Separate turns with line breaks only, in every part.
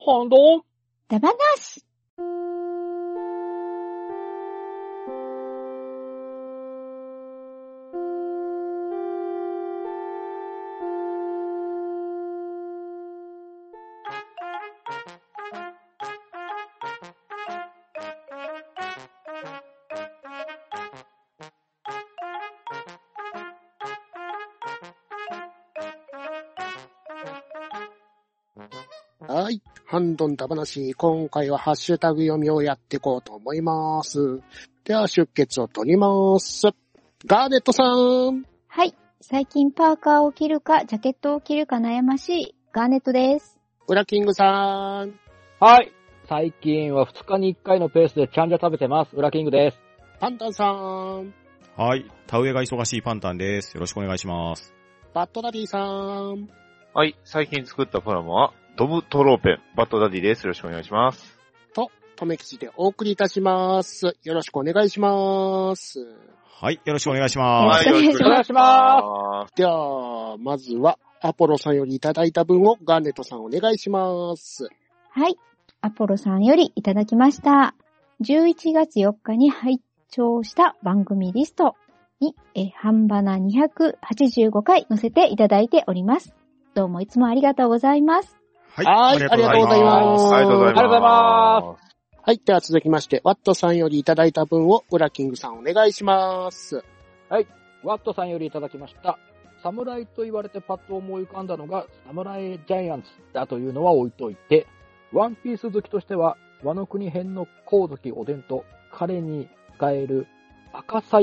ハンド
ダバナシ。
はい。ハンドンダ話。今回はハッシュタグ読みをやっていこうと思います。では、出血を取ります。ガーネットさん。
はい。最近パーカーを着るか、ジャケットを着るか悩ましい、ガーネットです。
ウラキングさん。
はい。最近は2日に1回のペースでちゃんじゃ食べてます。ウラキングです。
パンタンさん。
はい。田植えが忙しいパンタンです。よろしくお願いします。
バットダディさん。
はい。最近作ったプラモは、ドムトローペン、バットダディです。よろしくお願いします。
と、とめきちでお送りいたします。よろしくお願いします。
はい。よろしくお願いします。
よろしくお願いし
ます。
では、まずは、アポロさんよりいただいた分をガーネットさんお願いします。
はい。アポロさんよりいただきました。11月4日に拝聴した番組リストに、半ばな285回載せていただいております。どうもいつもありがとうございます。
はい。
ありがとうございます。
ありがとうございます。
ありがとうございます。
はい。では続きまして、ワットさんよりいただいた分をウラキングさんお願いします。
はい。ワットさんよりいただきました。サムライと言われてパッと思い浮かんだのがサムライジャイアンツだというのは置いといて、ワンピース好きとしては、ワノ国編の光月おでんと彼に使える赤鞘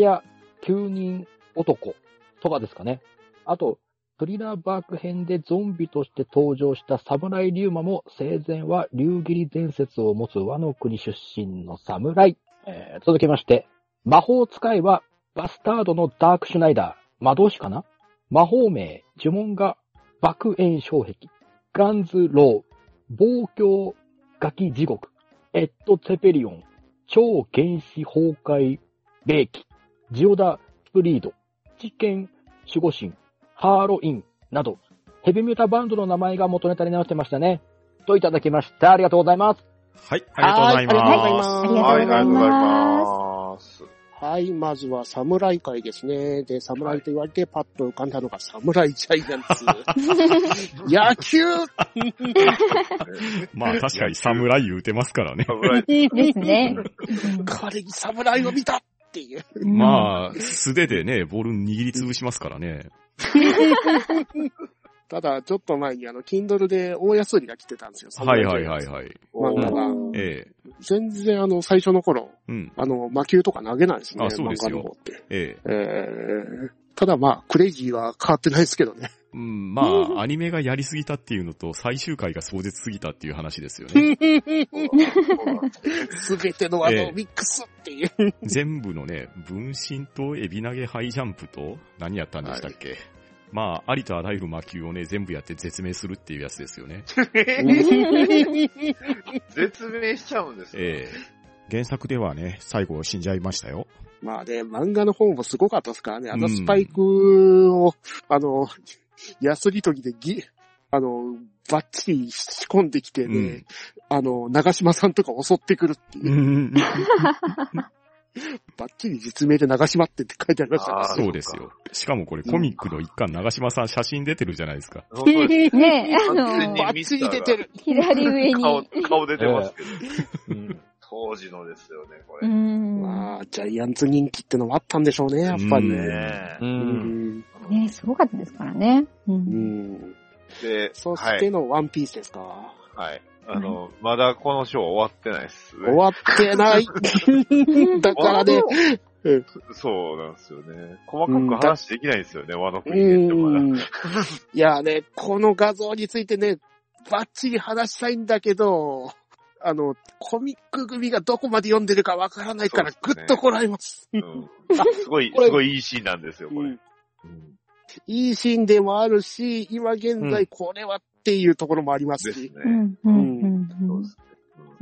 9人男とかですかね。あと、トリラーバーク編でゾンビとして登場した侍リュウマも生前は竜斬り伝説を持つワノ国出身の侍。続きまして、魔法使いはバスタードのダークシュナイダー、魔導士かな。魔法名、呪文が爆炎障壁、ガンズロー、暴狂ガキ地獄、エッド・ツェペリオン、超原始崩壊霊気、ジオダ・スプリード、知見守護神、ハーロインなど、ヘビメタバンドの名前が元ネタになってましたね。といただきました。ありがとうございます。
はい。ありがとうございます。
ありがとうございます。
はい。まずは侍会ですね。で、侍と言われてパッと浮かんだのが侍ジャイアンツ。野球
まあ確かに侍言うてますからね。
ですね。
彼に侍を見たっていう。
まあ、素手でね、ボール握りつぶしますからね。
ただ、ちょっと前にKindle で大安売りが来てたんですよ。
はいはいはいはい。
漫画が。全然最初の頃、魔球とか投げないですね。
あ、そうですよ。
漫画の方って。ただまあ、クレイジーは変わってないですけどね。
うん、まあ、アニメがやりすぎたっていうのと、最終回が壮絶すぎたっていう話ですよね。
すべてのミックスっていう。
全部のね、分身とエビ投げハイジャンプと、何やったんでしたっけ、まあ、ありとあらゆる魔球をね、全部やって絶命するっていうやつですよね。
絶命しちゃうんですね。
原作ではね、最後死んじゃいましたよ。
まあね、漫画の方もすごかったですからね。スパイクを、ヤスリトギでバッチリ仕込んできてね、長島さんとか襲ってくるっていう。バッチリ実名で長島って書いてありましたね。
そうですよ。しかもこれコミックの一巻、長島さん写真出てるじゃないですか。
ね
バッチリ出てる。
左上に。
顔出てますけど。当時のですよね、これ。
まあ、ジャイアンツ人気ってのもあったんでしょうね、やっぱりね。
ね、すごかったですからね。
で、そしてのワンピースですか。
はい。まだこのショー終わってないっすね。
終わってない。だからね。
そうなんですよね。細かく話できないんですよね、ワノ国編ってまだ。
いやね、この画像についてね、バッチリ話したいんだけど、コミック組がどこまで読んでるかわからないから、ぐっとこらえます。
すごいいいシーンなんですよ、これ。
いいシーンでもあるし、今現在これはっていうところもありますし。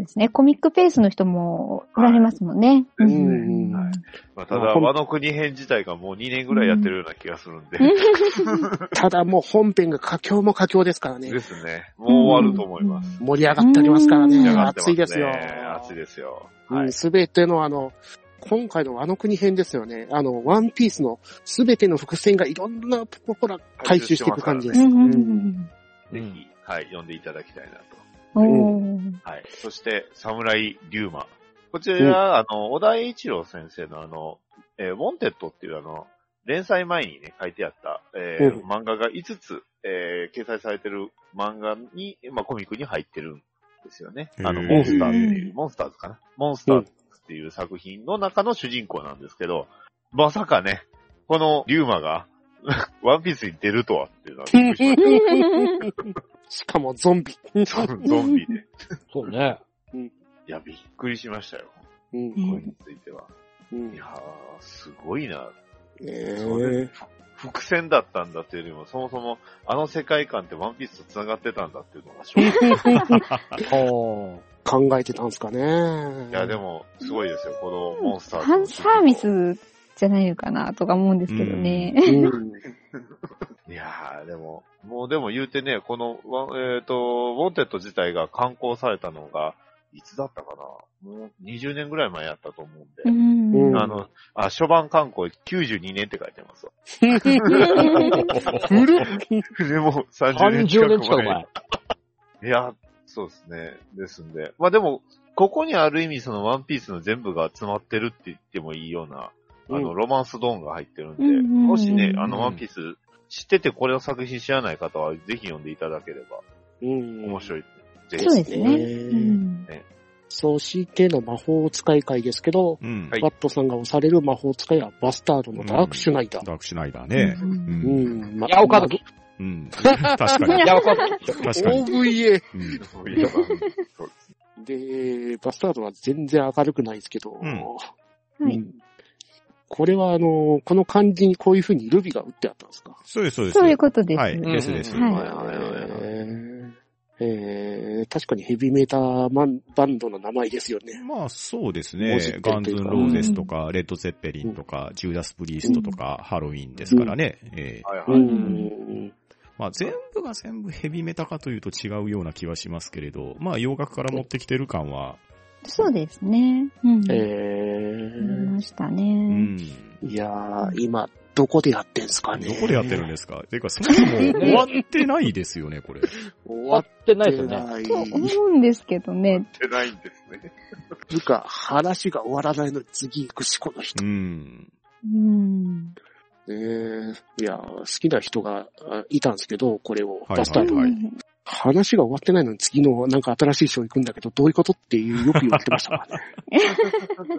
ですね。コミックペースの人もおられますもんね。
はい
はいまあ、ただ、和の国編自体がもう2年ぐらいやってるような気がするんで。
ただもう本編が佳境も佳境ですからね。
ですね。もう終わると思います。
盛り上がっておりますからね。
盛り上がってますね
熱いですよ。
熱いですよ。
すべての今回の和の国編ですよね。ワンピースのすべての伏線がいろんなところから回収していく感じです。
ぜひ、はい、読んでいただきたいなと。はい。そして、侍竜馬。こちら、小田栄一郎先生のウォンテッドっていう連載前にね、書いてあった、漫画が5つ、掲載されてる漫画に、まあ、コミックに入ってるんですよね。モンスターっていう、モンスターズかな。モンスターズっていう作品の中の主人公なんですけど、まさかね、この竜馬が、ワンピースに出るとはっていうのはびっくりしました。
しかもゾンビ。
ゾンビで。
そうね。
いや、びっくりしましたよ。これについては。いやー、すごいな。伏線だったんだっていうよりも、そもそも世界観ってワンピースと繋がってたんだっていうのが衝撃。
考えてたんですかね。
いや、でも、すごいですよ、このモンスターズ。
ファンサービスじゃないのかなとか思うんですけどね。
いやー、でも言うてね、この、ウォンテッド自体が刊行されたのが、いつだったかなもう20年ぐらい前やったと思うんで。初版刊行92年って書いてますわ。
古っ
でも30年近く前。いや、そうですね。ですんで。まあでも、ここにある意味そのワンピースの全部が詰まってるって言ってもいいような、ロマンスドーンが入ってるんで、もしね、ワンピース知っててこれの作品知らない方はぜひ読んでいただければ、面白い。
そうですね。
そしての魔法使い会ですけど、バットさんが押される魔法使いはバスタードのダークシュナイダー。
ダークシュナイダーね。
ヤオカズキ。
確かに。
ヤオカズキ。
確かに。
OVA。で、バスタードは全然明るくないですけど、これはこの漢字にこういう風にルビが打ってあったんですか？
そうです、そうです。
そういうことです。
はい、ですです。
確かにヘビーメーターバンドの名前ですよね。
まあそうですね。ガンズンローゼスとか、レッドゼッペリンとか、ジューダスプリーストとか、ハロウィンですからね。まあ全部が全部ヘビメタかというと違うような気はしますけれど、まあ洋楽から持ってきてる感は。
そうですね。ありましたね。
いやー、今、どこでやってんすかね。
どこでやってるんですか？ていうか、そもそも終わってないですよね、これ。
終わってないですよね。
と思うんですけどね。
終わってないんですね。
つうか、話が終わらないのに次行くし、この人。いや、好きな人がいたんですけど、これを、バスタード。話が終わってないのに次のなんか新しい章行くんだけど、どういうことっていうよく言われてましたからね。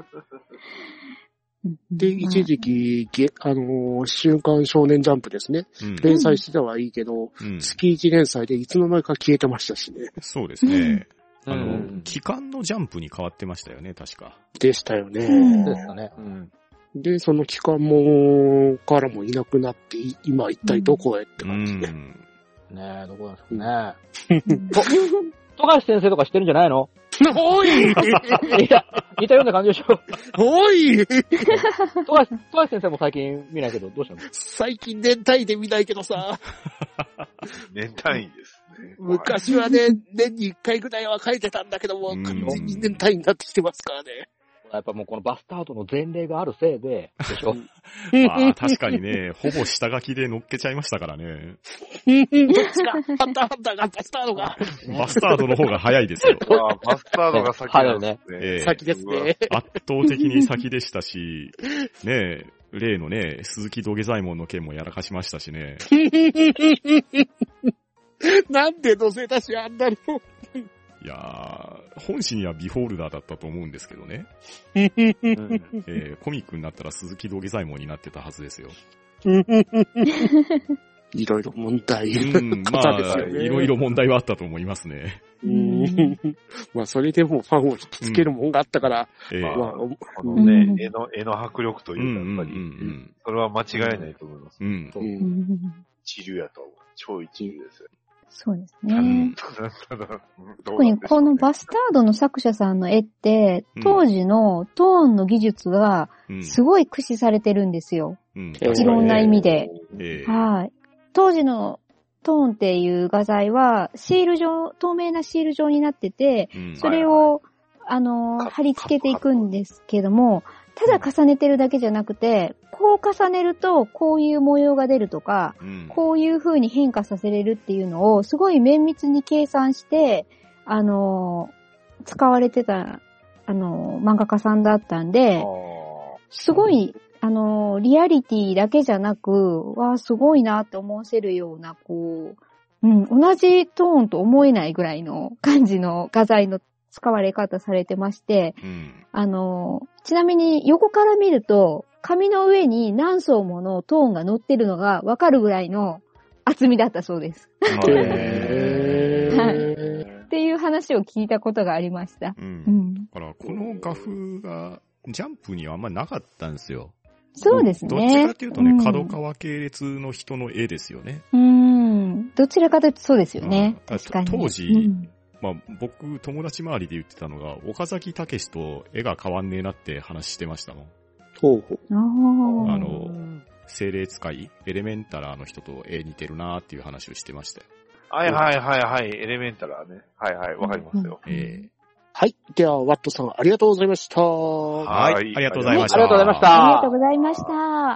で、一時期、週刊少年ジャンプですね。連載してたはいいけど、月1連載でいつの間にか消えてましたしね。
そうですね。期間のジャンプに変わってましたよね、確か。
でしたよね。
でしたね。
で、その期間も、からもいなくなって、今一体どこへって感じで。
ねえ、どこなんですかね。富樫先生とか知ってるんじゃないの？
おい
似たような感じでしょ。
おい
富樫先生も最近見ないけど、どうしたの？
最近年単位で見ないけどさ。
年単位ですね。
昔はね、年に1回ぐらいは書いてたんだけども、完全に年単位になってきてますからね。
やっぱもうこのバスタードの前例があるせいで、でしょ。
まあ確かにね、ほぼ下書きで乗っけちゃいましたからね。
どっちか、ハンターがバスタードが。
バスタードの方が早いですよ。
バスタードが先なんですね。
先ですね。
圧倒的に先でしたし、ね例のね、鈴木土下左衛門の件もやらかしましたしね。
なんで乗せたしあんなの。
いやー、本誌にはビフォールダーだったと思うんですけどね。コミックになったら鈴木土下左衛門になってたはずですよ。
いろいろ問題。
まあ、いろいろ問題はあったと思いますね。
まあ、それでもファンを引きつけるもんがあったから、
このね、絵の迫力というか、やっぱり、それは間違いないと思います。一流やと思う。超一流ですよ。
そうですね。特にこのバスタードの作者さんの絵って、当時のトーンの技術がすごい駆使されてるんですよ。いろんな意味で。はい。当時のトーンっていう画材はシール状、透明なシール状になってて、それを、貼り付けていくんですけども、ただ重ねてるだけじゃなくて、こう重ねるとこういう模様が出るとか、こういう風に変化させれるっていうのをすごい綿密に計算して、使われてた、漫画家さんだったんで、すごい、リアリティだけじゃなく、すごいなって思わせるような、同じトーンと思えないぐらいの感じの画材の使われ方されてまして、ちなみに横から見ると、紙の上に何層ものトーンが乗ってるのがわかるぐらいの厚みだったそうです。っていう話を聞いたことがありました。だ
からこの画風がジャンプにはあんまりなかったんですよ。
そうですね。
どっちかっていうとね、角川系列の人の絵ですよね。
どちらかというとそうですよね。確かに。
当時、僕、友達周りで言ってたのが、岡崎武史と絵が変わんねえなって話してましたもん。精霊使い、エレメンタラーの人と絵似てるなーっていう話をしてましたよ。
はい、エレメンタラーね。わかりますよ。
はい。では、ワットさん、ありがとうございました。
はい、ありがとうございました。
ありがとうございました。
ありがとうございました。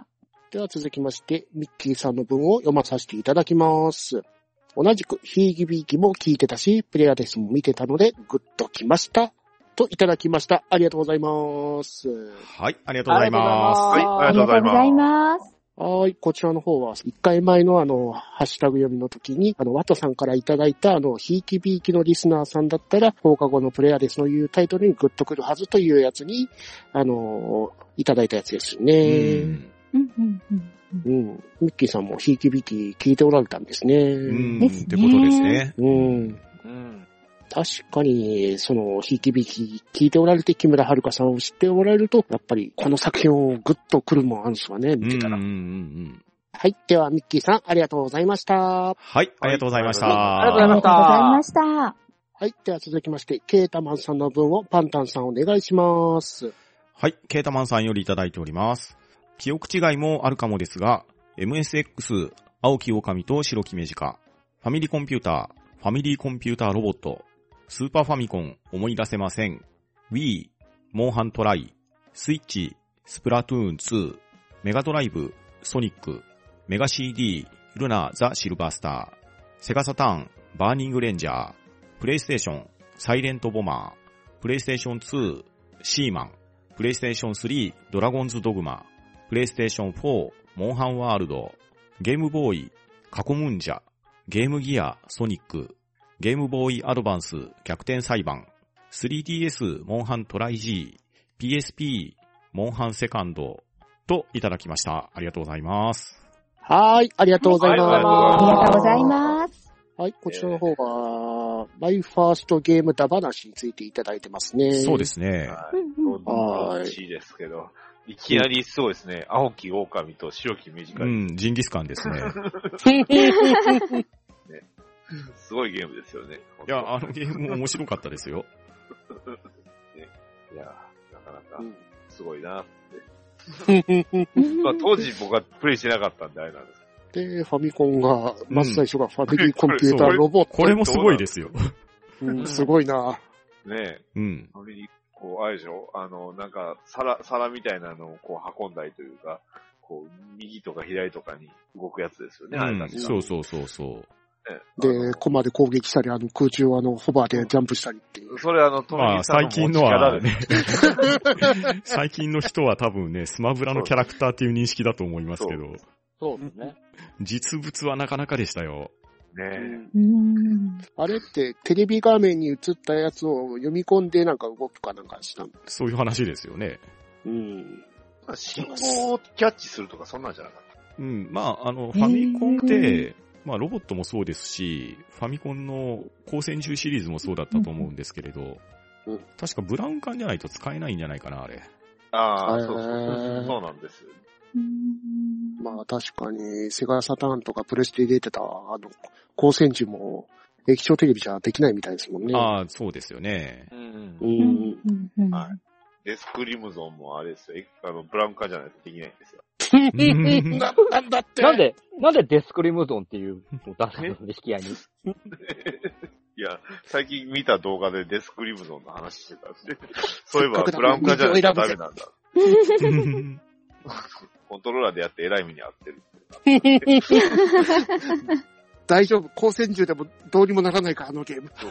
では続きまして、ミッキーさんの文を読まさせていただきます。同じく、ひいきびいきも聞いてたし、プレイヤーデスも見てたので、グッときました。といただきました。ありがとうございます。
はい、ありがとうございます。
はい、ありがとうございます。
はい、こちらの方は、1回前のハッシュタグ読みの時に、ワトさんからいただいた、ひいきびいきのリスナーさんだったら、放課後のプレイヤーですのいうタイトルにグッとくるはずというやつに、いただいたやつですね。ミッキーさんもひいきびいき聞いておられたんですね。
ってことですね。
確かに、ひいきびいき聞いておられて、木村遥さんを知っておられると、やっぱり、この作品をグッとくるもんあるんですわね、見てたら。はい。では、ミッキーさん、ありがとうございました。
はい、ありがとうございました。
ありがとうございました。
はい。では続きまして、ケータマンさんの分をパンタンさんお願いします。
はい。ケータマンさんよりいただいております。記憶違いもあるかもですが、MSX、青木狼と白木目近、ファミリーコンピューターロボット、スーパーファミコン思い出せません。Wii、モンハントライ、スイッチ、スプラトゥーン2、メガドライブ、ソニック、メガ CD、ルナ・ザ・シルバースター、セガサターン、バーニングレンジャー、プレイステーション、サイレントボマー、プレイステーション2、シーマン、プレイステーション3、ドラゴンズドグマ、プレイステーション4、モンハンワールド、ゲームボーイ、カコムンジャ、ゲームギア、ソニック、ゲームボーイアドバンス、逆転裁判、3DS、モンハントライ G、PSP、モンハンセカンド、といただきました。ありがとうございます。
はい、ありがとうございます。
ありがとうございます。
はい、こちらの方は、マイファーストゲームだ話についていただいてますね。
そうですね。
はい。いいですけど。いきなりすごいですね。青木狼と白木短い。
ジンギスカンですね。
すごいゲームですよね。
いや、あのゲームも面白かったですよ。
いや、なかなか、すごいなって。まあ、当時僕はプレイしてなかったんであれなんです
けど。で、ファミコンが、まず最初がファミリーコンピューターロボット。
これもすごいですよ。
すごいな。
ねえ。ファミリー、あれでしょなんか、皿みたいなのを運んだりというか、右とか左とかに動くやつですよね、あれ確か。
そう。
で、コマで攻撃したり、空中をホバーでジャンプしたりっていう。
それトミーさんの持ち方ですね。
最近の人は多分ね、スマブラのキャラクターっていう認識だと思いますけど。
そうですね。
実物はなかなかでしたよ。
ね
あれってテレビ画面に映ったやつを読み込んでなんか動くかなんかしたん
そういう話ですよね。
信号をキャッチするとかそんなんじゃなかった。
まあ、ファミコンって、まあ、ロボットもそうですし、ファミコンの光線銃シリーズもそうだったと思うんですけれど、確かブラウン管じゃないと使えないんじゃないかな、あれ。
そうなんです。
まあ確かに、セガサターンとかプレステで出てた、光線銃も液晶テレビじゃできないみたいですもんね。
ああ、そうですよね。
はい。デスクリムゾンもあれですよ。ブラウン化じゃないとできないんですよ。
なんだって。
なんでデスクリムゾンっていうのを出すので、引き合いに。
いや、最近見た動画でデスクリムゾンの話してたんで、そういえばブラウン化じゃないとダメなんだ。コントローラーでやって偉い目に遭ってる。
大丈夫。光線銃でもどうにもならないか、あのゲーム。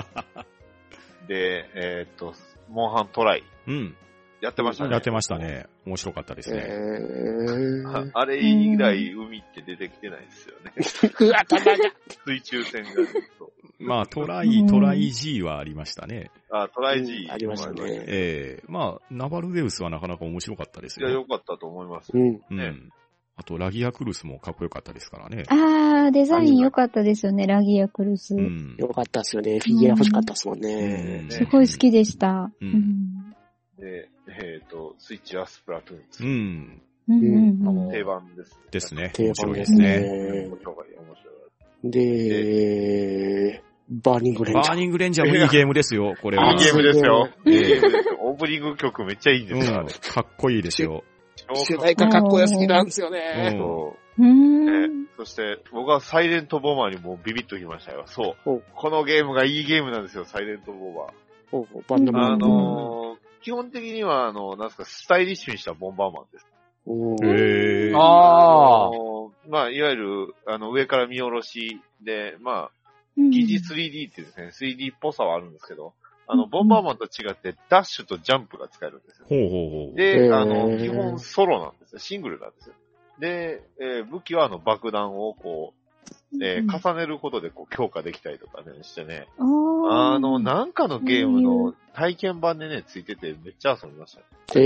で、モンハントライ。
うん。
やってましたね。
やってましたね。面白かったですね。
あれ以来海って出てきてないですよね。
うわ、たまが。
水中戦がずっと。
まあ、トライ G はありましたね。
あ、トライ G。
ありましたね。
まあ、ナバルデウスはなかなか面白かったですよ。
いや、良かったと思います。
あと、ラギアクルスもかっこよかったですからね。
あー、デザイン良かったですよね、ラギアクルス。
良かったですよね。フィギュア欲しかったですもんね。
すごい好きでした。
で、スイッチはスプラトゥーン2。定番です。
ですね。
定番ですね。で、バーニングレンジャー。
バーニングレンジャーもいいゲームですよ、これは。
いいゲームですよ。オープニング曲めっちゃいいんですよ。
かっこいいですよ。
主題歌かっこよすぎなんですよね。
そして、僕はサイレントボマーにもビビッときましたよ。そう。このゲームがいいゲームなんですよ、サイレントボマー。基本的には、なんすか、スタイリッシュにしたボンバーマンです。まあ、いわゆる、上から見下ろしで、まあ、疑似 3D っていうですね、3D っぽさはあるんですけど、ボンバーマンと違って、ダッシュとジャンプが使えるんですよ。で、基本ソロなんですよ。シングルなんですよ。で、武器は爆弾をこう、重ねることでこう強化できたりとかね、してね。なんかのゲームの体験版でね、ついててめっちゃ遊びましたね。こ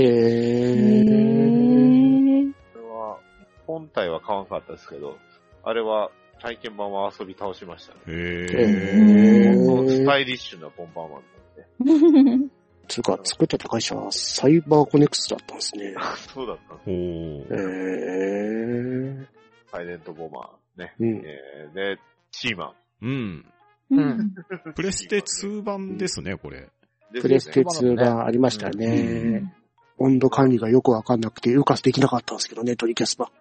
れは、本体は買わなかったですけど、あれは体験版は遊び倒しましたね。スタイリッシュなボンバーマンなんで。
つうか、作ってた会社はサイバーコネクスだったんですね。
そうだったん
ですね。
サイレントボマーね。で、シーマ
ン。プレステ2版ですね、これ。
プレステ2版ありましたね。温度管理がよくわかんなくて、ウカスできなかったんですけどね、ドリキャス版。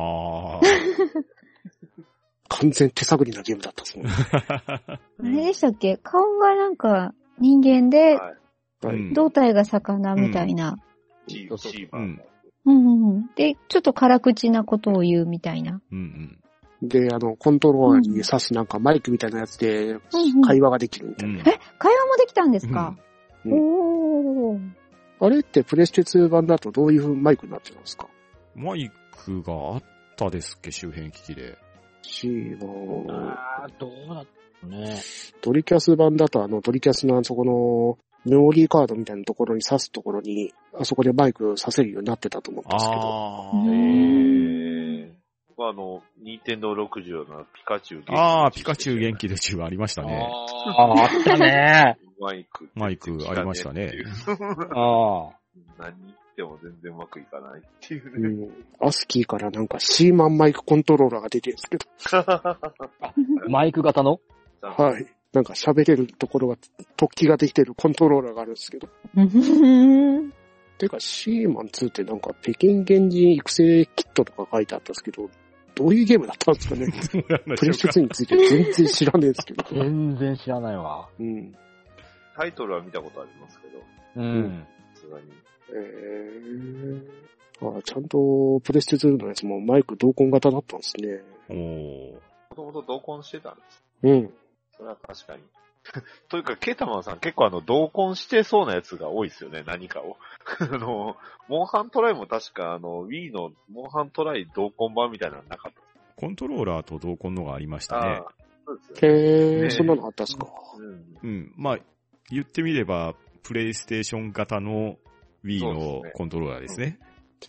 完全手探りなゲームだったんですもん。
あれでしたっけ？顔がなんか人間で、胴体が魚みたいな。
シーマン。
で、ちょっと辛口なことを言うみたいな。
で、コントローラーに挿すなんかマイクみたいなやつで、会話ができるみたいな。
会話もできたんですか？
あれってプレステ2版だとどういうマイクになってるんですか？
マイクがあったですっけ、周辺機器で。
どうだったね。
ドリキャス版だとドリキャスのそこの、メモリーカードみたいなところに挿すところに、あそこでマイク挿せるようになってたと思うんですけど。
ニンテンドー60のピカチュウ
元気。ピカチュウ元気で中ありましたね。
あったね。
マイクありましたね。
何言っても全然うまくいかないっていうね。
アスキーからなんかシーマンマイクコントローラーが出てるんですけど。
マイク型の？
はい。なんか喋れるところが、突起ができてるコントローラーがあるんですけど。てか、シーマン2ってなんか北京原人育成キットとか書いてあったんですけど、どういうゲームだったんですかね。プレステ2について全然知らねえんですけど。
全然知らないわ。
タイトルは見たことありますけど。さすが
に。ちゃんとプレステ2のやつもマイク同梱型だったんですね。
もともと同梱してたんです。それは確かに。というか、ケータマンさん結構同梱してそうなやつが多いですよね、何かを。モンハントライも確かWii のモンハントライ同梱版みたいなのなかった。
コントローラーと同梱のがありましたね。
そうですよね。
そんなのあったっすか。
まあ、言ってみれば、プレイステーション型の Wii のコントローラーですね。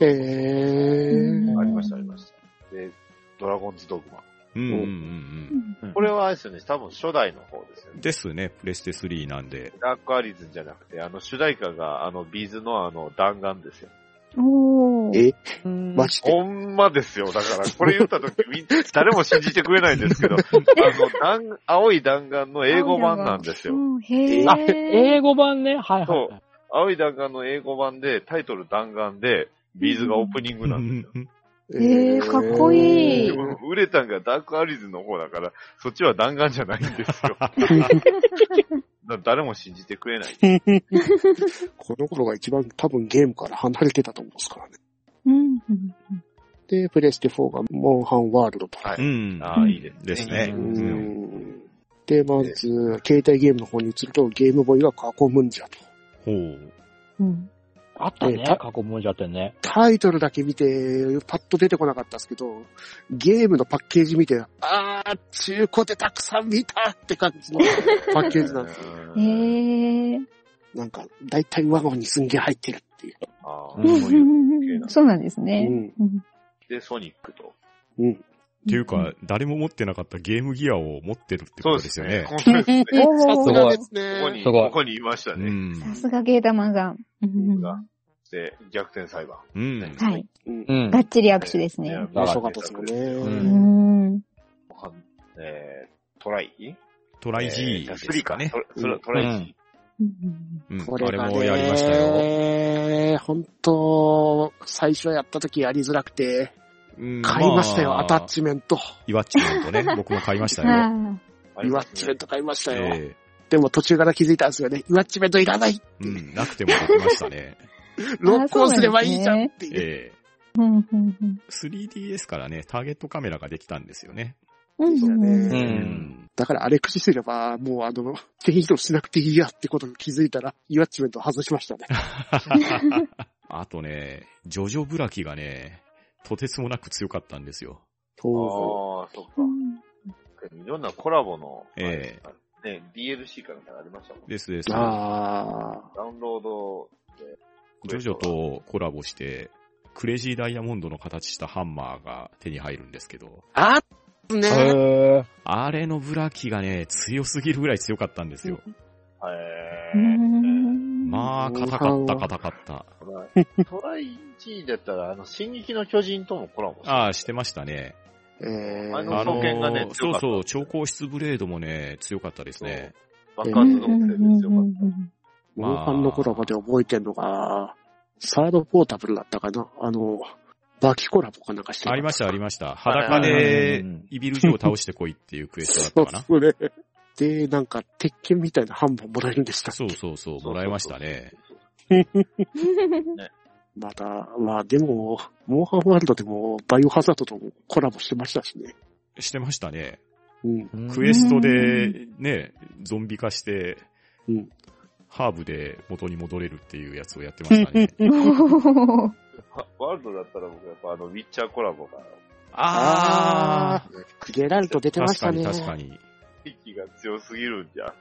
ありました、ありました。で、ドラゴンズドグマ。これはあれですよね、多分初代の方ですよね。
ですね、プレステ3なんで。
ダークアリズンじゃなくて、主題歌がビーズの弾丸ですよ。
マジで。
ほんまですよ。だから、これ言った時、誰も信じてくれないんですけど、青い弾丸の英語版なんですよ。
へ
あ、英語版ね。はいはい、
そう。青い弾丸の英語版で、タイトル弾丸で、ビーズがオープニングなんですよ。
かっこいい。
でも売れたんがダークアリーズの方だから、そっちは弾丸じゃないんですよ。誰も信じてくれない。
この頃が一番多分ゲームから離れてたと思うんですからね。で、プレステ4がモンハンワールドと。
はい。いいですね。
で、まず、携帯ゲームの方に移ると、ゲームボーイが囲むんじゃと。
ほう。
あったね、囲むんじゃってね。
タイトルだけ見て、パッと出てこなかったですけど、ゲームのパッケージ見て、中古でたくさん見たって感じのパッケージなんですよ。なんか、だいたいワゴンにすんげえ入ってるっていう。
そうなんですね。
で、ソニックと。
っていうか、誰も持ってなかったゲームギアを持ってるってことですよね。
さすがですね。
ここにいましたね。
さすがゲータマンさん。
で、逆転裁判。
はい。がっちり握手ですね。
面白かったですもんね。
トライ
G ですかね。
トライ G。
これ
あれもやりましたよ。
本当最初やった時やりづらくて、買いましたよ、アタッチメント。
イワッチメントね、僕も買いましたよ。
イワッチメント買いましたよ。でも途中から気づいたんですよね。イワッチメントいらないって。
なくてもできましたね。
録音すればいいじゃんっていう。
3DS からね、ターゲットカメラができたんですよね。
だからあれ駆使すれば、もう手移動しなくていいやってことに気づいたら、イワッチメント外しましたね。
あとね、ジョジョブラキがね、とてつもなく強かったんですよ。
そっか。いろんなコラボの、DLC かなんかありましたもんね。
です。
ダウンロードで。
ジョジョとコラボして、クレイジーダイヤモンドの形したハンマーが手に入るんですけど。
あ
れのブラキがね、強すぎるぐらい強かったんですよ。まあ、硬かった。
トライ G だったら、進撃の巨人ともコラボ
してましたね。
双剣がね、強かった。
そう、超硬質ブレードもね、強かったですね。
爆発のせいで強かった。
モンハンのコラボで覚えてんのが、サードポータブルだったかなバキコラボかなんかして
ありました。裸でイビルジを倒してこいっていうクエストだったかな。
で、なんか、鉄拳みたいなハンマーもらえるんでしたっけ？
そう、もらえましたね。
また、でも、モンハンワールドでも、バイオハザードともコラボしてましたしね。
してましたね。クエストで、ね、ゾンビ化して、ハーブで元に戻れるっていうやつをやってましたね。
ワールドだったら僕やっぱウィッチャーコラボが。
ゲラルト出てましたね。
確かに。
息が強すぎるんじゃ。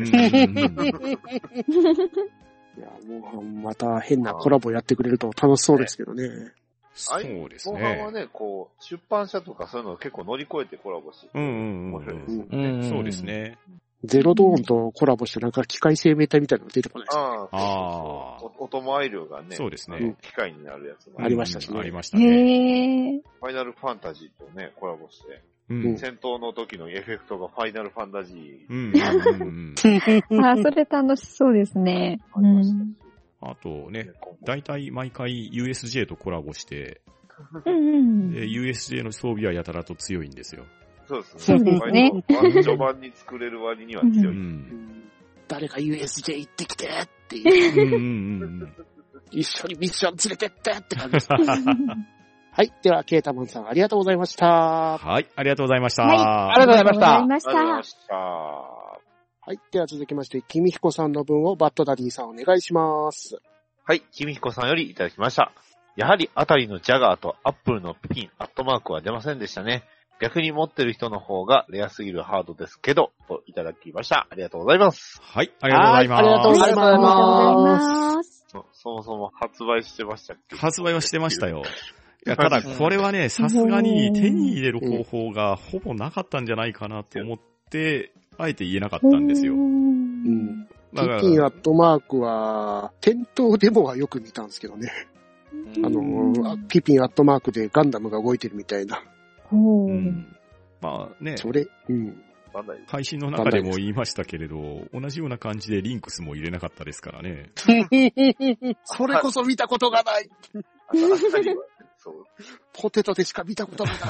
いや、もうまた変なコラボやってくれると楽しそうですけどね。
そうですね。
後半はね、出版社とかそういうのを結構乗り越えてコラボして。面白いですね。
そうですね。
ゼロドーンとコラボしてなんか機械生命体みたいなのが出てこないですか？
音も愛量がね、
そうですね。
機械になるやつ
もありましたしね。
ありましたね。
ファイナルファンタジーとね、コラボして、戦闘の時のエフェクトがファイナルファンタジ
ー。それ楽しそうですね。
あとね、だいたい毎回 USJ とコラボして、USJ の装備はやたらと強いんですよ。
そうですね。序盤に作れる割には強い。
誰か USJ 行ってきてっていう。一緒にミッション連れてってって感じです。はい。では、ケータマンさんありがとうございました。
はい。ありがとうございました。
ありがとうございました。
はい。では続きまして、キミヒコさんの分をバッドダディさんお願いします。
はい。キミヒコさんよりいただきました。やはりあたりのジャガーとアップルのピン、アットマークは出ませんでしたね。逆に持ってる人の方がレアすぎるハードですけど、といただきました。ありがとうございます。
はい。ありがとうございます。
ありがとうございます。
そもそも発売してましたっけ？
発売はしてましたよ。いや、ただこれはね、さすがに手に入れる方法がほぼなかったんじゃないかなと思って、あえて言えなかったんですよ。
ピピンアットマークは、店頭デモはよく見たんですけどね。 ピピンアットマークでガンダムが動いてるみたいな。
ほう。
まあね。
それ、
配信の中でも言いましたけれど、同じような感じでリンクスも入れなかったですからね。
それこそ見たことがない。
そう。
ポテトでしか見たことがない。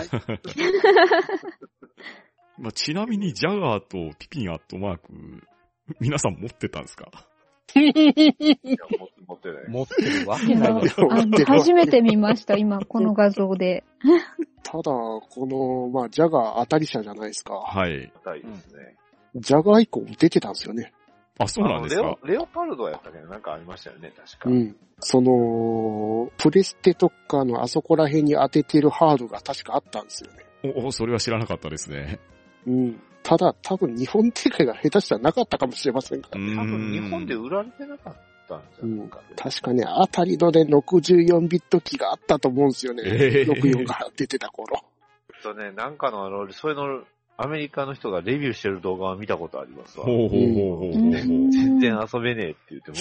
まあ、ちなみにジャガーとピピンアットマーク、皆さん持ってたんですか？
いや持ってない。
持ってるわけないよ。
初めて見ました、今、この画像で。
ただ、この、ジャガー当たり者じゃないですか。
はい。
当たりですね。
ジャガー以降出てたんですよね。
あ、そうなんですか。
レオパルドやったけど、なんかありましたよね、確か。
プレステとかのあそこら辺に当ててるハードが確かあったんですよね。
それは知らなかったですね。
ただ、多分日本展開が下手したらなかったかもしれませんからね。
多分日本で売られてなかったんじゃないか、
確かね、あたりのね、64ビット機があったと思うんですよね。64が出てた頃。
なんかのそれの、アメリカの人がレビューしてる動画を見たことありますわ。全然遊べねえって言って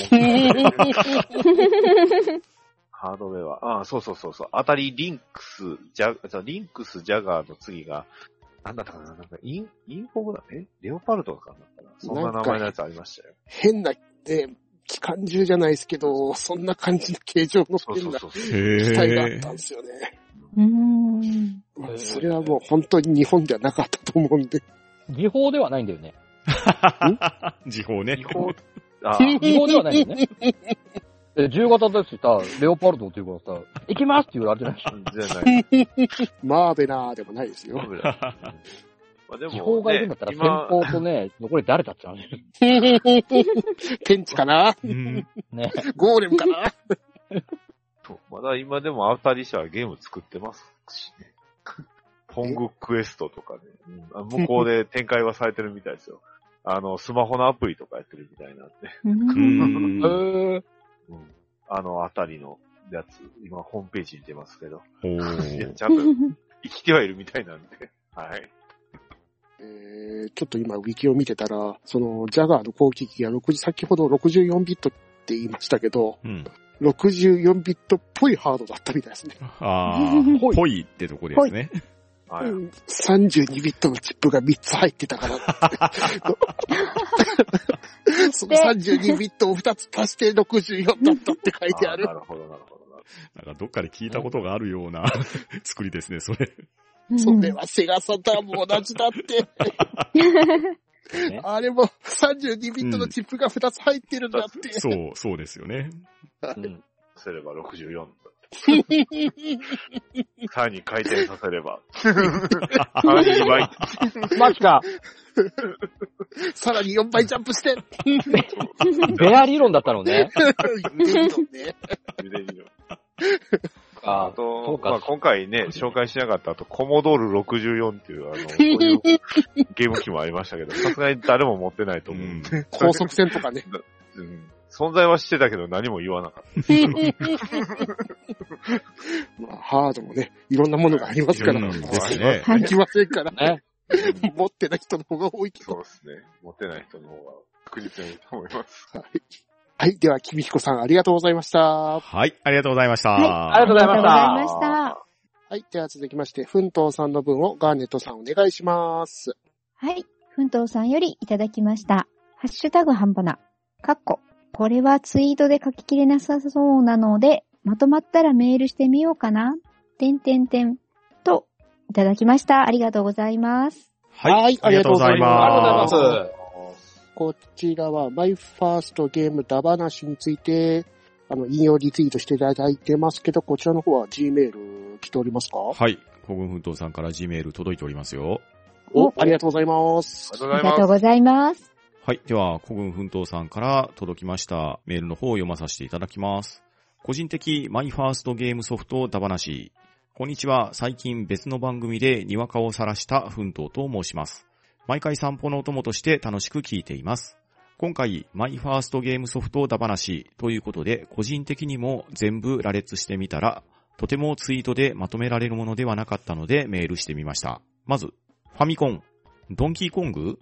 も。ハードウェア。そう。当たりリンクス、ジャガーの次が、なんだったかな、なんかインフォグラレオパルドかな、そんな名前のやつありましたよ。
変な、機関銃じゃないですけど、そんな感じの形状の変な機体があったんですよね。それはもう本当に日本ではなかったと思うんで。
時報ではないんだよね。
時報ね。
時報ではないんだよね。10型だしさ、レオパルドっていうからさ、行きますって言われてないし。
じゃない。
マーベラーでもないですよ。
時報がいるんだったら先方とね、残り誰だって話。
ペンチかな
ね。
ゴーレムかな
まだ今でもアウタリ社はゲーム作ってますしね。ポングクエストとかね。向こうで展開はされてるみたいですよ。スマホのアプリとかやってるみたいなんで。あたりのやつ、今ホームページに出ますけど。ちゃんと生きてはいるみたいなんで。はい。
ちょっと今ウィキを見てたら、そのジャガーの攻撃が先ほど64ビットって言いましたけど、64ビットっぽいハードだったみたいですね。
ぽいってとこですね。
32ビットのチップが3つ入ってたから。その32ビットを2つ足して64だったって書いてある。
なるほど。
なんかどっかで聞いたことがあるような作りですね、それ。
それはセガサターンも同じだって。あれも32ビットのチップが2つ入ってるんだって。
そうですよね。
すれば64。さらに回転させれば。32倍。
マジか。
さらに4倍ジャンプして。
ベア理論だったのね。
ゆで理論ね。
ゆで理論。
あ
と、今回ね、紹介しなかったコモドール64っていう、そういうゲーム機もありましたけど、さすがに誰も持ってないと思う。
高速船とかね。
存在はしてたけど何も言わなかった。
ハードもね、いろんなものがありますから。
ですね。
いきませんから
ね。
持ってない人の方が多いけど。
そうですね。持ってない人の方が確実に多いと思います。
はい。では、君彦さんありがとうございました。
はい。ありがとうございました。
ありがとうございました。
はい。では続きまして、奮闘さんの分をガーネットさんお願いします。
はい。奮闘さんよりいただきました。ハッシュタグ半ばな。これはツイートで書ききれなさそうなので、まとまったらメールしてみようかな。と、いただきました。ありがとうござざいます。
はい。ありがとうございます。
こちらは、マイファーストゲームダ話について、引用リツイートしていただいてますけど、こちらの方は G メール来ておりますか？
はい。古軍奮闘さんから G メール届いておりますよ。
ありがとうございます。
ありがとうございます。
はい。では、古軍奮闘さんから届きましたメールの方を読まさせていただきます。個人的マイファーストゲームソフトダ話。こんにちは。最近別の番組でにわかを晒した奮闘と申します。毎回散歩のお供として楽しく聞いています。今回、マイファーストゲームソフトダ話ということで、個人的にも全部羅列してみたら、とてもツイートでまとめられるものではなかったのでメールしてみました。まず、ファミコン、ドンキーコング、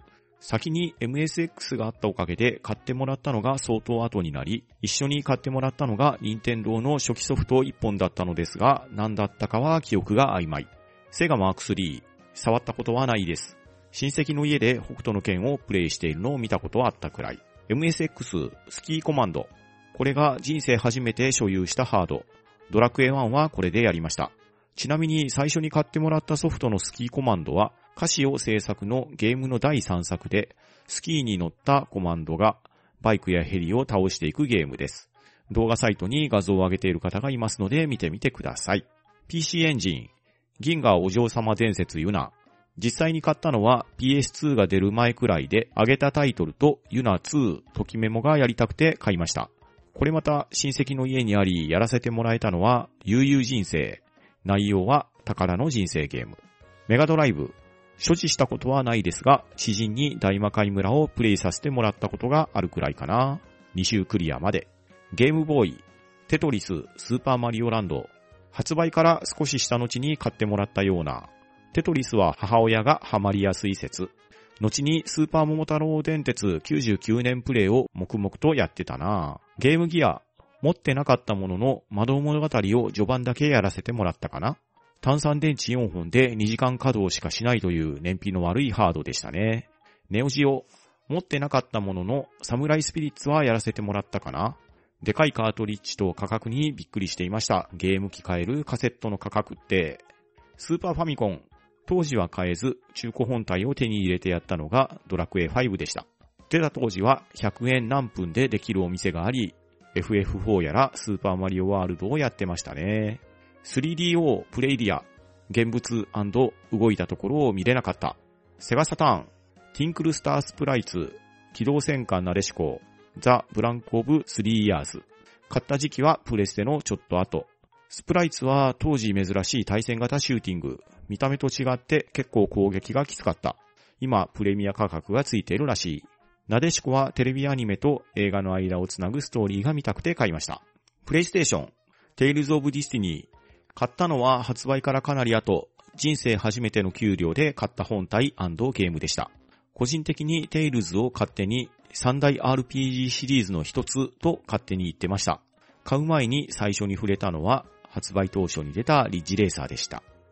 先に MSX があったおかげで買ってもらったのが相当後になり、一緒に買ってもらったのが任天堂の初期ソフト1本だったのですが、何だったかは記憶が曖昧。セガマーク3、触ったことはないです。親戚の家で北斗の拳をプレイしているのを見たことはあったくらい。MSX スキーコマンド。これが人生初めて所有したハード。ドラクエ1はこれでやりました。ちなみに最初に買ってもらったソフトのスキーコマンドは、カシオ制作のゲームの第3作で、スキーに乗ったコマンドがバイクやヘリを倒していくゲームです。動画サイトに画像を上げている方がいますので見てみてください。PC エンジン、銀河お嬢様伝説ユナ。実際に買ったのは PS2 が出る前くらいで、上げたタイトルとユナ2ときメモがやりたくて買いました。これまた親戚の家にありやらせてもらえたのは悠々人生。内容は宝の人生ゲーム。メガドライブ。所持したことはないですが、知人に大魔界村をプレイさせてもらったことがあるくらいかな。2周クリアまで。ゲームボーイ、テトリス、スーパーマリオランド。発売から少しした後に買ってもらったような。テトリスは母親がハマりやすい説。後にスーパー桃太郎電鉄99年プレイを黙々とやってたな。ゲームギア、持ってなかったものの魔導物語を序盤だけやらせてもらったかな。単三電池4本で2時間稼働しかしないという燃費の悪いハードでしたね。ネオジオ、持ってなかったもののサムライスピリッツはやらせてもらったかな。でかいカートリッジと価格にびっくりしていました。ゲーム機買えるカセットの価格って。スーパーファミコン、当時は買えず中古本体を手に入れてやったのがドラクエ5でした。出た当時は100円何分でできるお店があり、FF4 やらスーパーマリオワールドをやってましたね。3DO プレイリア、現物&動いたところを見れなかった。セガサターン、ティンクルスタースプライツ、機動戦艦なでしこ、ザ・ブランク・オブ・3 years。買った時期はプレステのちょっと後。スプライツは当時珍しい対戦型シューティング。見た目と違って結構攻撃がきつかった。今プレミア価格がついているらしい。なでしこはテレビアニメと映画の間をつなぐストーリーが見たくて買いました。プレイステーション、テイルズ・オブ・ディスティニー。買ったのは発売からかなり後、人生初めての給料で買った本体&ゲームでした。個人的にテイルズを勝手に三大 RPG シリーズの一つと勝手に言ってました。買う前に最初に触れたのは発売当初に出たリッジレーサーでした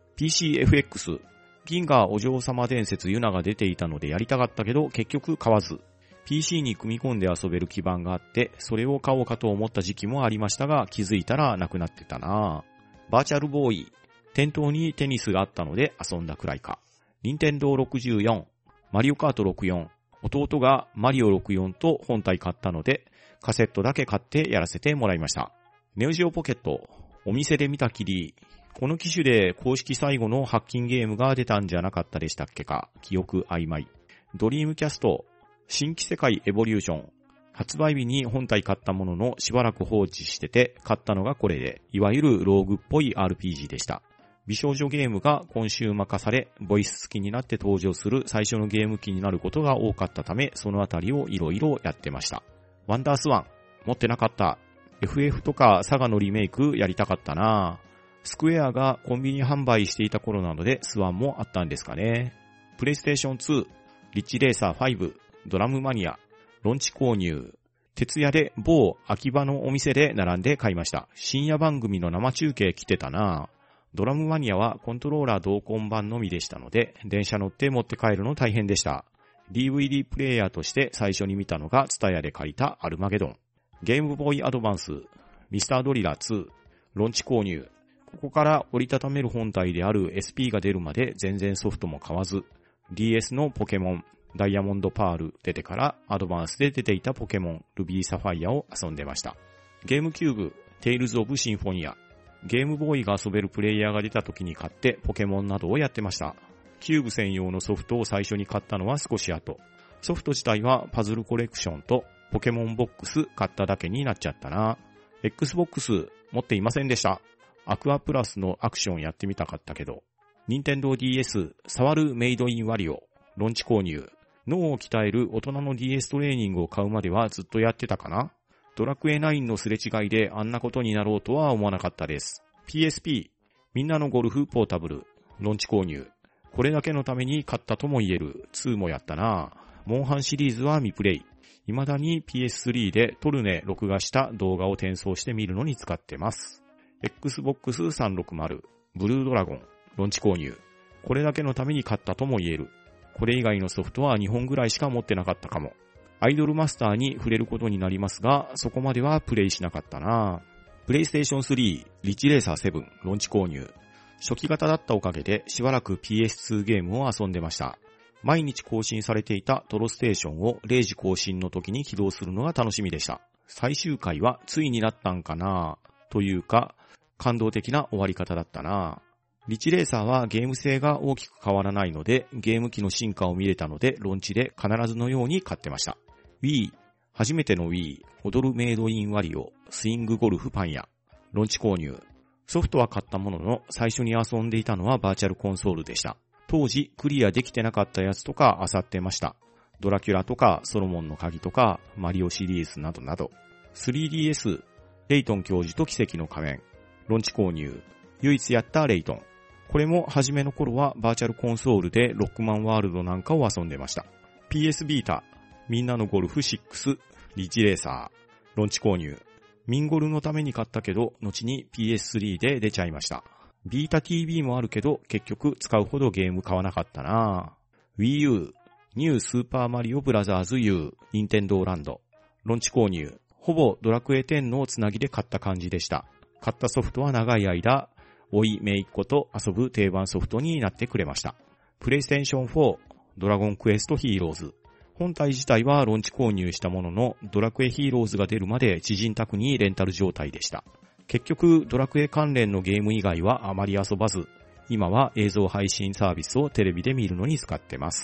。PCFX、銀河お嬢様伝説ユナが出ていたのでやりたかったけど結局買わず。PC に組み込んで遊べる基盤があって、それを買おうかと思った時期もありましたが、気づいたらなくなってたな。バーチャルボーイ、店頭にテニスがあったので遊んだくらいか。任天堂64、マリオカート64、弟がマリオ64と本体買ったので、カセットだけ買ってやらせてもらいました。ネオジオポケット、お店で見たきり、この機種で公式最後のハッキンゲームが出たんじゃなかったでしたっけか、記憶曖昧。ドリームキャスト、新規世界エボリューション。発売日に本体買ったもののしばらく放置してて買ったのがこれで、いわゆるローグっぽい RPG でした。美少女ゲームが今週任され、ボイス付きになって登場する最初のゲーム機になることが多かったため、そのあたりをいろいろやってました。ワンダースワン、持ってなかった。FF とかサガのリメイクやりたかったな。スクエアがコンビニ販売していた頃なのでスワンもあったんですかね。プレイステーション2、リッチレーサー5、ドラムマニア、ローンチ購入。徹夜で某秋葉のお店で並んで買いました。深夜番組の生中継来てたな。ドラムマニアはコントローラー同梱版のみでしたので、電車乗って持って帰るの大変でした。DVD プレイヤーとして最初に見たのがツタヤで借りたアルマゲドン。ゲームボーイアドバンス、ミスタードリラー2、ローンチ購入。ここから折りたためる本体である SP が出るまで全然ソフトも買わず、DS のポケモン、ダイヤモンドパール出てからアドバンスで出ていたポケモンルビーサファイアを遊んでました。ゲームキューブテイルズオブシンフォニア。ゲームボーイが遊べるプレイヤーが出た時に買ってポケモンなどをやってました。キューブ専用のソフトを最初に買ったのは少し後。ソフト自体はパズルコレクションとポケモンボックス買っただけになっちゃったな。Xbox 持っていませんでした。アクアプラスのアクションやってみたかったけど。任天堂 DS 触るメイドインワリオ。ローンチ購入。脳を鍛える大人の DS トレーニングを買うまではずっとやってたかな。ドラクエ9のすれ違いであんなことになろうとは思わなかったです。PSP、みんなのゴルフポータブル、ローンチ購入。これだけのために買ったとも言える2もやったな。 モンハンシリーズは未プレイ。未だに PS3 でトルネ録画した動画を転送して見るのに使ってます。Xbox 360、ブルードラゴン、ロンチ購入。これだけのために買ったとも言える。これ以外のソフトは2本ぐらいしか持ってなかったかも。アイドルマスターに触れることになりますが、そこまではプレイしなかったな。プレイステーション3、リッチレーサー7、ロンチ購入。初期型だったおかげでしばらく PS2 ゲームを遊んでました。毎日更新されていたトロステーションを0時更新の時に起動するのが楽しみでした。最終回はついになったんかなというか、感動的な終わり方だったな。リッチレーサーはゲーム性が大きく変わらないので、ゲーム機の進化を見れたので、ロンチで必ずのように買ってました。Wii、初めての Wii、踊るメイドインワリオ、スイングゴルフパン屋、ロンチ購入。ソフトは買ったものの、最初に遊んでいたのはバーチャルコンソールでした。当時クリアできてなかったやつとか漁ってました。ドラキュラとかソロモンの鍵とかマリオシリーズなどなど。3DS、レイトン教授と奇跡の仮面。ロンチ購入。唯一やったレイトン。これも初めの頃はバーチャルコンソールでロックマンワールドなんかを遊んでました。PS ビータ、みんなのゴルフ6、リッチレーサー。ロンチ購入。ミンゴルのために買ったけど、後に PS3 で出ちゃいました。ビータ TV もあるけど、結局使うほどゲーム買わなかったな。Wii U、ニュースーパーマリオブラザーズ U、ニンテンドーランド。ロンチ購入。ほぼドラクエ10のつなぎで買った感じでした。買ったソフトは長い間、おいめいっ子と遊ぶ定番ソフトになってくれました。プレイステーション4、ドラゴンクエストヒーローズ。本体自体はロンチ購入したものの、ドラクエヒーローズが出るまで知人宅にレンタル状態でした。結局、ドラクエ関連のゲーム以外はあまり遊ばず、今は映像配信サービスをテレビで見るのに使ってます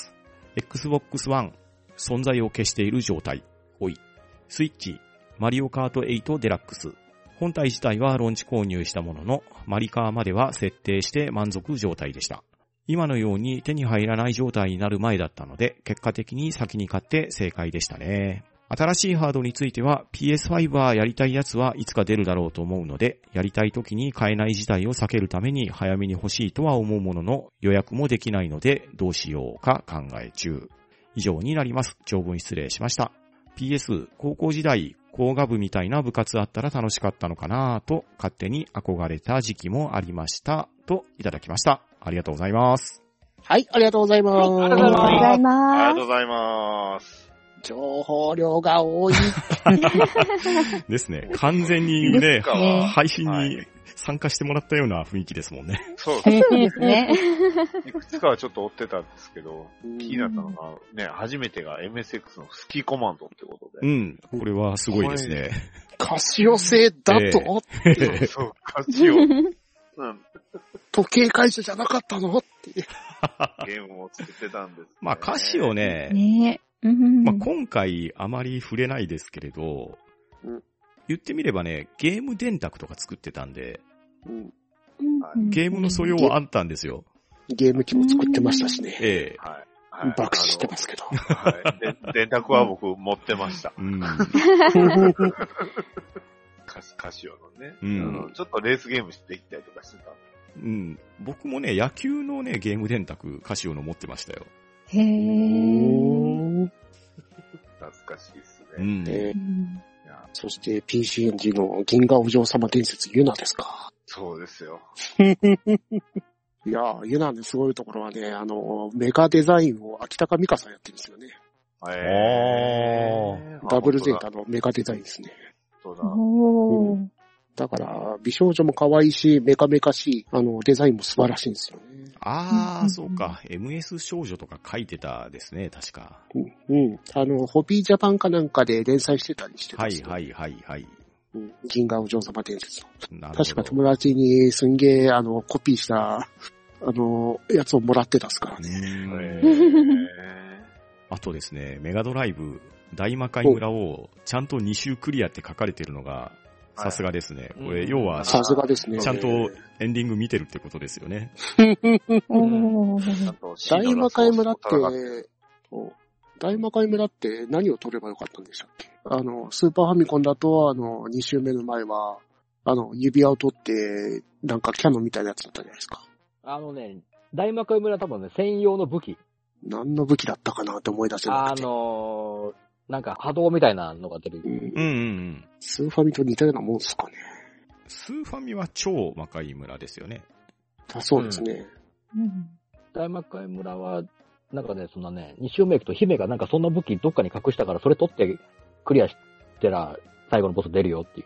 。Xbox One、存在を消している状態。おい。スイッチ、マリオカート8デラックス。本体自体はローンチ購入したものの、マリカーまでは設定して満足状態でした。今のように手に入らない状態になる前だったので、結果的に先に買って正解でしたね。新しいハードについては PS5 はやりたいやつはいつか出るだろうと思うので、やりたい時に買えない事態を避けるために早めに欲しいとは思うものの、予約もできないのでどうしようか考え中。以上になります。長文失礼しました。PS、高校時代、工学部みたいな部活あったら楽しかったのかなぁと勝手に憧れた時期もありましたといただきました。ありがとうございます。
はい、ありがとうございます。
ありがとうございます。
ありがとうございます。
情報量が多い。
ですね。完全にね、配信に
はい
参加してもらったような雰囲気ですもんね。
そう
ですね。
いくつかはちょっと追ってたんですけど、気になったのが、ね、初めてが MSX のスキーコマンドってことで。
うん。これはすごいですね。
カシオ製だと、
そう、カシオ。うん。
時計会社じゃなかったのっていう。
ゲームを作ってたんです、ね。
まあカシオね、
ね
まあ、今回あまり触れないですけれど、言ってみればね、ゲーム電卓とか作ってたんで、ゲームの素養はあったんですよ。
ゲーム機も作ってましたしね。
ええ。
はい。
爆死してますけど。
はい。電卓は僕持ってました。
うん。
カシオのね、
うん
ちょっとレースゲームしていったりとかしてた。
うん。僕もね、野球のね、ゲーム電卓、カシオの持ってましたよ。
へー。
懐かしいです
う
ね。
ん。
そして PC エンジンの銀河お嬢様伝説ユナですか。
そうですよ。
いやー、ユナのすごいところはね、メガデザインを秋高美香さんやってるんですよね。ダブルゼータのメガデザインですね。
そうだ。
おー。
だから、美少女も可愛いし、メカメカしい、デザインも素晴らしいんですよね。
ああ、そうか。MS 少女とか書いてたですね、確か。
うん。ホビージャパンかなんかで連載してたりしてたんですよ。
はい。
銀河お嬢様伝説の。
なるほど。
確か友達にすんげえ、コピーした、やつをもらってたっすからね。
あとですね、メガドライブ、大魔界村をちゃんと2周クリアって書かれてるのが、さすがですね。これ、要は、
さすがですね。
ちゃんとエンディング見てるってことですよね。
大魔界村って、大魔界村って何を取ればよかったんでしたっけ？スーパーファミコンだと、2周目の前は、指輪を取って、なんかキャノンみたいなやつだったじゃないですか。
大魔界村は多分ね、専用の武器。
何の武器だったかなって思い出せなくて。
なんか波動みたいなのが出る。
スーファミと似たようなもんですかね。
スーファミは超魔界村ですよね。
そうですね。
大魔界村は、なんかね、そんなね、2周目行くと姫がなんかそんな武器どっかに隠したから、それ取ってクリアしたら最後のボス出るよっていう。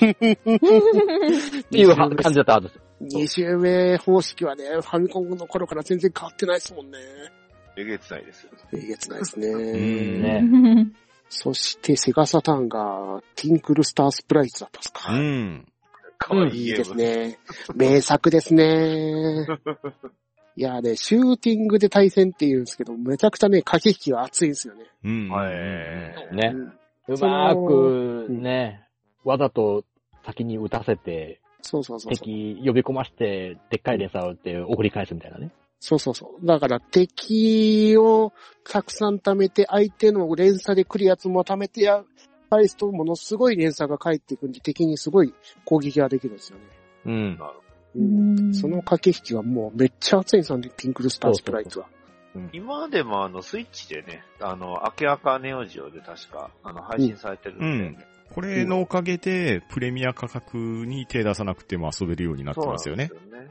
っていう感じだったはずです。
2周目方式はね、ファミコンの頃から全然変わってないですもんね。
えげつないです。
えげつないですね。
ね。
そしてセガサターンがティンクルスタースプライツだったんですか。
かわいい
いいですね。名作ですね。いやね、シューティングで対戦って言うんですけど、めちゃくちゃね、駆け引きが熱いんですよね。
ね。うまーくね、わざと先に撃たせて、敵呼び込まして、でっかい連鎖を打って送り返すみたいなね。
そう。だから敵をたくさん貯めて、相手の連鎖で来るやつも貯めて返すと、ものすごい連鎖が返ってくるんで、敵にすごい攻撃ができるんですよね。その駆け引きはもうめっちゃ熱いんですよね、ピンクルスタースプライツは。
今でもスイッチでね、明け赤ネオジオで確か、配信されてるんで。
これのおかげで、プレミア価格に手出さなくても遊べるようになってますよね。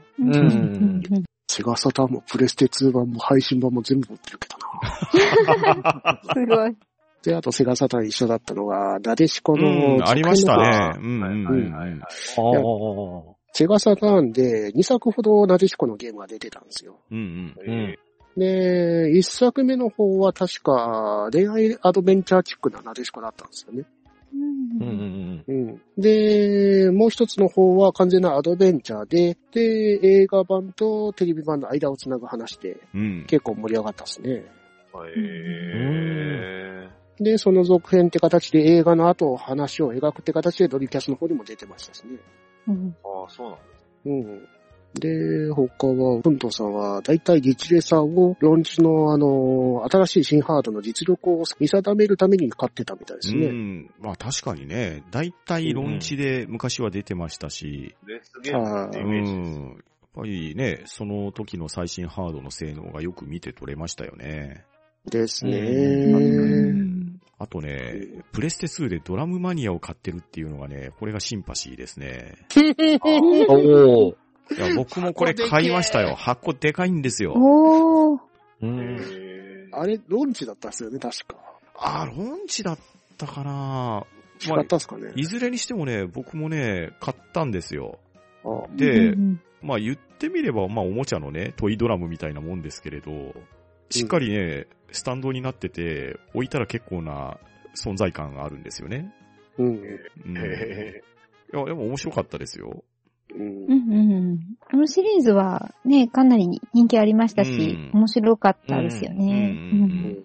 セガサターンもプレステ2版も配信版も全部持ってるけどな。
すごい。
で、あとセガサターン一緒だったのが、なでしこの、
ありましたね。
セガサターンで2作ほどなでしこのゲームが出てたんですよ。で、1作目の方は確か恋愛アドベンチャーチックななでしこだったんですよね。で、もう一つの方は完全なアドベンチャーで、映画版とテレビ版の間をつなぐ話で、結構盛り上がったですね。で、その続編って形で映画の後話を描くって形でドリキャスの方にも出てましたしね。
そうなんです。
で、他は、フントさんは、だいたいリチレサーを、ロンチの新しい新ハードの実力を見定めるために買ってたみたいですね。
まあ確かにね、だいたいロンチで昔は出てましたし、
レースゲームってイメージです。
やっぱりね、その時の最新ハードの性能がよく見て取れましたよね。
ですね。
あとね、プレステ2でドラムマニアを買ってるっていうのがね、これがシンパシーですね。いや、僕もこれ買いましたよ。箱でかいんですよ。
あれ、ロンチだったんですよね、確か。
ロンチだったかな。
違ったんすかね。
いずれにしてもね、僕もね、買ったんですよ。で、まあ言ってみれば、まあおもちゃのね、トイドラムみたいなもんですけれど、しっかりね、スタンドになってて、置いたら結構な存在感があるんですよね。いや、でも面白かったですよ。
このシリーズはね、かなり人気ありましたし、面白かったですよね。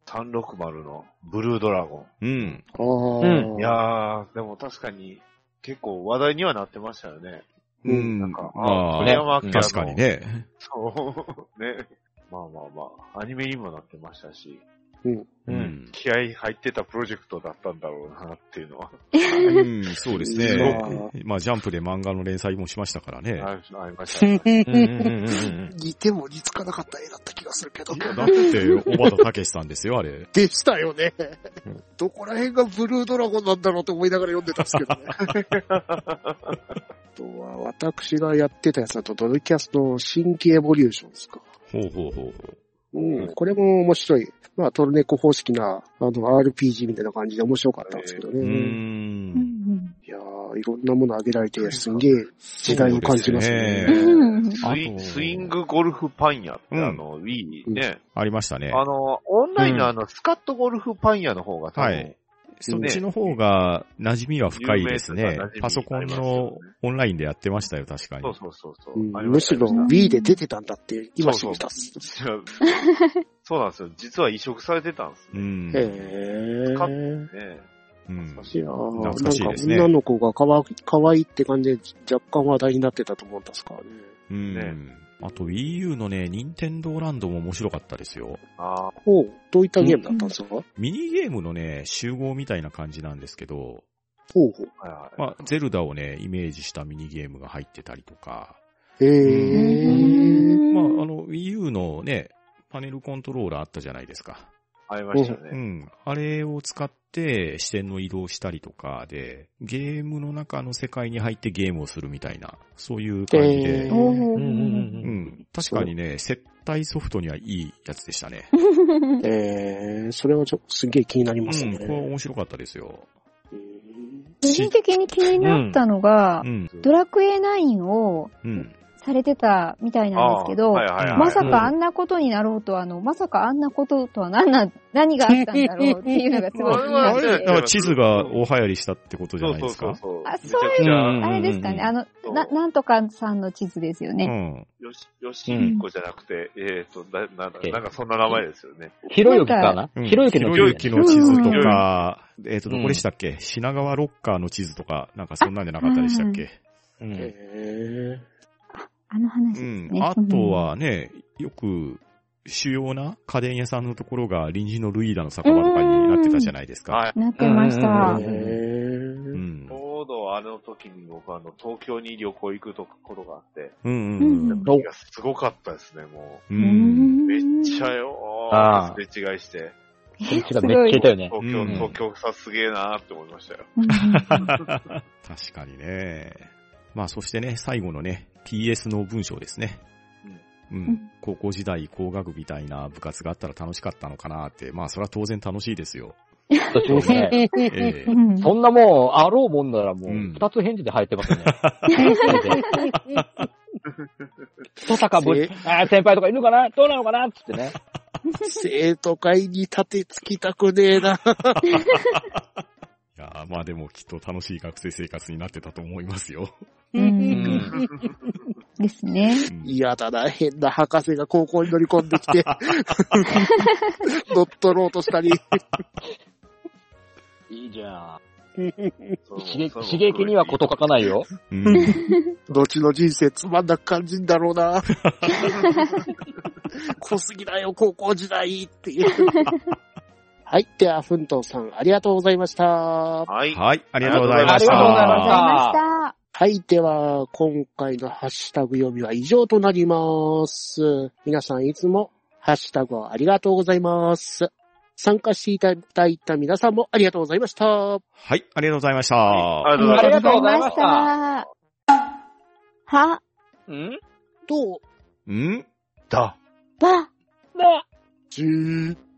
360のブルードラゴン。いやー、でも確かに結構話題にはなってましたよね。なんか、
確かにね。
そう、ね。まあ、アニメにもなってましたし。気合入ってたプロジェクトだったんだろうなっていうのは。
そうですね。まあ、ジャンプで漫画の連載もしましたからね。
ありましたね。
似ても似つかなかった絵だった気がするけど。
だって、小畑武史さんですよ、あれ。
でしたよね。どこら辺がブルードラゴンなんだろうと思いながら読んでたんですけどね。あとは、私がやってたやつだと、ドルキャスの新規エボリューションですか。これも面白い。まあ、トルネコ方式な、RPG みたいな感じで面白かったんですけどね。いやー、いろんなものあげられて、すんげえ時代を感じますね。
スイングゴルフパン屋って、Wii ね。
ありましたね。
オンラインのスカットゴルフパン屋の方が多分、
そっちの方が馴染みは深いですね。パソコンのオンラインでやってましたよ、確かに。
そう
むしろ Wii で出てたんだって今知ったっす。
そうなんですよ。実は移植されてたんですね。
へ
使ってね。
懐かしいな。女の子がかわいいって感じで若干話題になってたと思うんですからね。
あと Wii U のね、任天堂ランドも面白かったですよ。
どういったゲームだったんですか？
ミニゲームのね、集合みたいな感じなんですけど、まあ、ゼルダをね、イメージしたミニゲームが入ってたりとか。まあ、Wii U のね、 パネルコントローラーあったじゃないですか。
ありましたね。
うん。あれを使って視点の移動したりとかで、ゲームの中の世界に入ってゲームをするみたいな、そういう感じで。確かにね、接待ソフトにはいいやつでしたね。
それはすげえ気になりますね。
これ面白かったですよ。
個人的に気になったのが、ドラクエ9を、されてたみたいなんですけど、まさかあんなことになろうとは、まさかあんなこととは何があったんだろうっていうのがすごい気になって。
だから地図が大流行りしたってことじゃないですか。
そういう、あれですかね。なんとかさんの地図ですよね。
よしみこじゃなくて、なんかそんな名前ですよね。
ひろゆきかなひろゆき
の地図とか、どこでしたっけ品川ロッカーの地図とか、なんかそんなんじゃなかったでしたっけ
あの話ですね。
あとはね、よく主要な家電屋さんのところが臨時のルイーダの酒場とかになってたじゃないですか。
なってました。
ちょうどあの時に僕東京に旅行行くことがあって、すごかったですね、もう。めっちゃよすれ違いして。
めっちゃいたよね。
東京さすげえなーって思いましたよ。
確かにね。まあそしてね、最後のね、PS の文章ですね。高校時代工学みたいな部活があったら楽しかったのかなって。まあそれは当然楽しいですよ。
そうですね。そんなもう、あろうもんならもう、二つ返事で入ってますね。先輩とかいるのかなどうなのかなってね。
生徒会に立てつきたくねえな。
いやまあでもきっと楽しい学生生活になってたと思いますよ。
ですね。
嫌だな、変な博士が高校に乗り込んできて、乗っ取ろうとしたり。
いいじゃん。刺激にはこと書かないよ。
後の人生つまんなく感じんだろうな。濃すぎだよ、高校時代っていう。はい。では、ふんとうさん、ありがとうございました。
はい。はい。ありがとうございました。
ありがとうございました。
はい。では、今回のハッシュタグ読みは以上となります。皆さんいつもハッシュタグをありがとうございます。参加していただいた皆さんもありがとうございました。
はい。ありがとうございました。
ありがとうございました。
は
どう
だ
ば
じー